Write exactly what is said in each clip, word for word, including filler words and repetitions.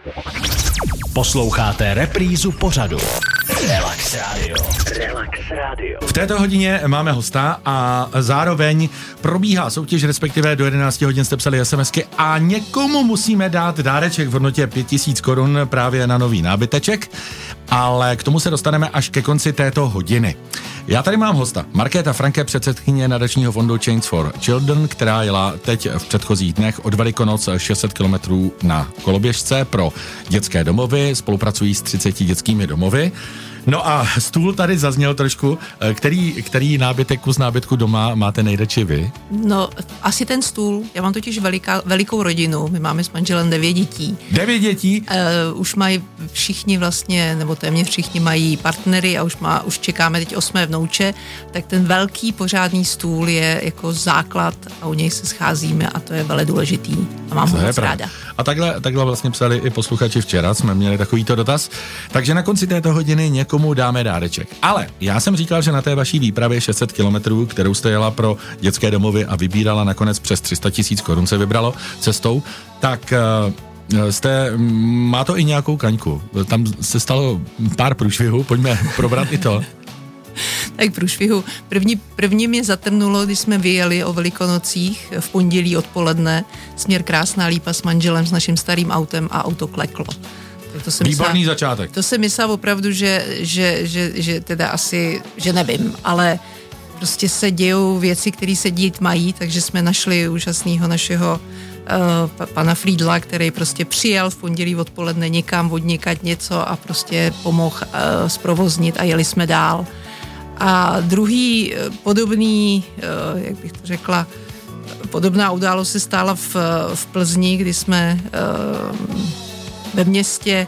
Posloucháte reprízu pořadu Relax Radio. Relax Radio. V této hodině máme hosta a zároveň probíhá soutěž, respektive do jedenácti hodin jste psali SMSky a někomu musíme dát dáreček v hodnotě pět tisíc korun právě na nový nábyteček, ale k tomu se dostaneme až ke konci této hodiny. Já tady mám hosta, Markéta Franke, předsedkyně nadačního fondu Chains for Children, která jela teď v předchozích dnech od Velikonoc šest set kilometrů na koloběžce pro dětské domovy, spolupracují s třiceti dětskými domovy. No a stůl tady zazněl trošku, který, který nábytek, kus nábytku doma máte nejradši vy? No, asi ten stůl. Já mám totiž veliká, velikou rodinu, my máme s manželem devět dětí. Devět dětí? Uh, už mají všichni vlastně, nebo téměř všichni mají partnery a už, má, už čekáme teď osmé vnouče, tak ten velký pořádný stůl je jako základ a u něj se scházíme a to je velmi důležitý a mám ho moc ráda. A takhle, takhle vlastně psali i posluchači včera, jsme měli takovýto dotaz, takže na konci této hodiny někomu dáme dáreček. Ale já jsem říkal, že na té vaší výpravě šest set kilometrů, kterou jste jela pro dětské domovy a vybírala nakonec přes tři sta tisíc korun se vybralo cestou, tak uh, jste, má to i nějakou kaňku. Tam se stalo pár průšvihů, pojďme probrat i to. Tak průšvihu. První, první mě zatrnulo, když jsme vyjeli o Velikonocích v pondělí odpoledne, směr Krásná Lípa s manželem, s naším starým autem a auto kleklo. Tak to jsem Výborný myslela, začátek. To jsem myslela opravdu, že, že, že, že teda asi, že nevím, ale prostě se dějou věci, které se dít mají, takže jsme našli úžasného našeho uh, pana Friedla, který prostě přijel v pondělí odpoledne někam odněkat něco a prostě pomohl uh, zprovoznit a jeli jsme dál. A druhý podobný, jak bych to řekla, podobná událost se stála v, v Plzni, kdy jsme ve městě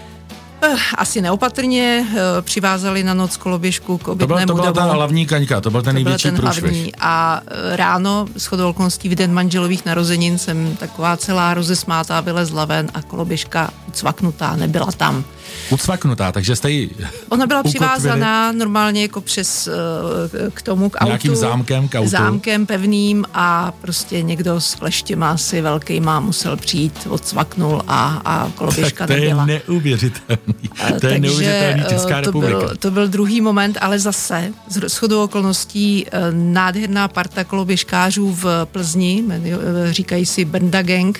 asi neopatrně přivázali na noc koloběžku k obytnému domu. To byla ta hlavní kaňka, to byl ten to největší byl ten průšvih. A ráno, shodou okolností v den manželových narozenin, jsem taková celá rozesmátá vylezla ven a koloběžka ucvaknutá, nebyla tam. Ucvaknutá, takže jste ji Ona byla ukotvili přivázaná normálně jako přes k tomu, k autu. Nějakým zámkem k autu. Zámkem pevným a prostě někdo s kleštěma asi velkýma musel přijít, odsvaknul a, a koloběžka tak to nebyla. To je neuvěřitelný. To je neuvěřitelný Česká to republika. Byl, to byl druhý moment, ale zase shodou okolností nádherná parta koloběžkářů v Plzni, říkají si Brnda Gang,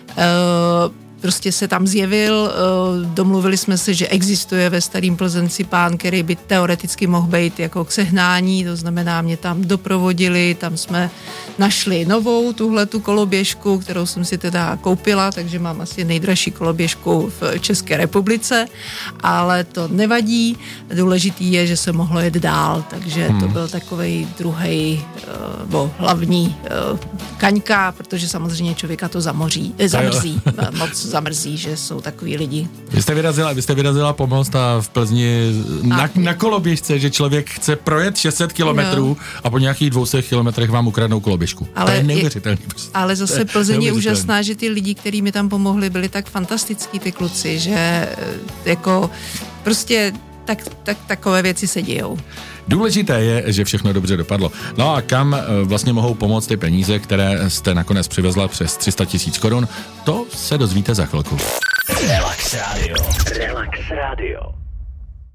prostě se tam zjevil, domluvili jsme se, že existuje ve Starým Plzenci pán, který by teoreticky mohl být jako k sehnání, to znamená, mě tam doprovodili, tam jsme našli novou tuhletu koloběžku, kterou jsem si teda koupila, takže mám asi nejdražší koloběžku v České republice, ale to nevadí, důležitý je, že se mohlo jet dál, takže hmm. to byl takovej druhej, bo hlavní kaňka, protože samozřejmě člověka to zamoří, zamrzí, moc zamrzí, že jsou takový lidi. Vy jste vyrazila, vy jste vyrazila pomoct a v Plzni na, na koloběžce, že člověk chce projet šest set kilometrů a po nějakých dvou stech kilometrech vám ukradnou koloběžku. Ale to je neuvěřitelný. Ale zase Plzeň je úžasná, že ty lidi, kteří mi tam pomohli, byli tak fantastický ty kluci, že jako prostě tak, tak, takové věci se dějou. Důležité je, že všechno dobře dopadlo. No a kam vlastně mohou pomoct ty peníze, které jste nakonec přivezla přes tři sta tisíc korun, to se dozvíte za chvilku. Relax Radio. Relax Radio.